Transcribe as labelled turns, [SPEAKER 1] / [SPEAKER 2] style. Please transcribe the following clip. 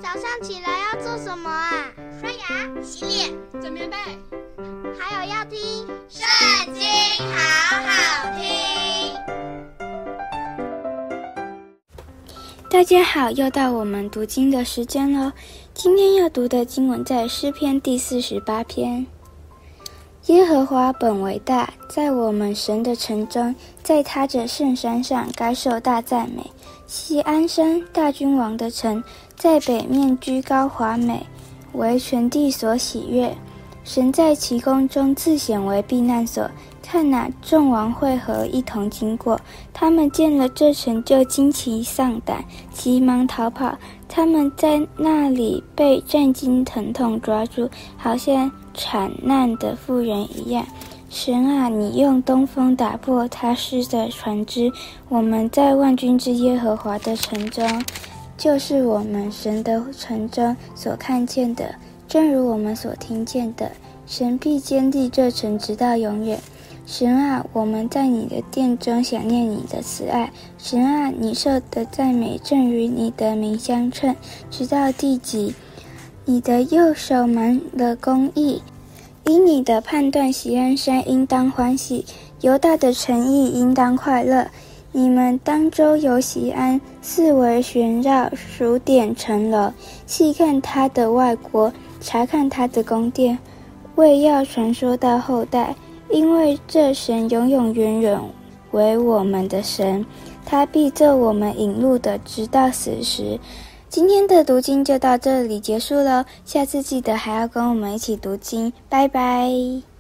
[SPEAKER 1] 早上起来要做什么啊？
[SPEAKER 2] 刷牙、洗脸、
[SPEAKER 3] 整棉被，
[SPEAKER 1] 还有要听《
[SPEAKER 2] 圣经》，好好听。
[SPEAKER 4] 大家好，又到我们读经的时间了。今天要读的经文在诗篇第48篇。耶和华本为大，在我们神的城中，在他的圣山上该受大赞美。锡安山，大君王的城，在北面居高华美，为全地所喜悦。神在其宫中自显为避难所，看哪，众王会合一同经过，他们见了这城就惊奇丧胆，急忙逃跑。他们在那里被战惊疼痛抓住，好像产难的妇人一样。神啊，你用东风打破他施的船只，我们在万军之耶和华的城中，就是我们神的城中所看见的，正如我们所听见的，神必坚立这城直到永远。神啊，我们在你的殿中想念你的慈爱。神啊，你受的赞美正与你的名相称，直到地极。你的右手满了公义，因你的判断，锡安山应当欢喜，犹大的城邑应当快乐。你们当周游锡安，四围旋绕，数点城楼，细看他的外郭，查看他的宫殿，为要传说到后代。因为这神永永远远为我们的神，他必救我们引路的，直到死时。今天的读经就到这里结束了，下次记得还要跟我们一起读经，拜拜。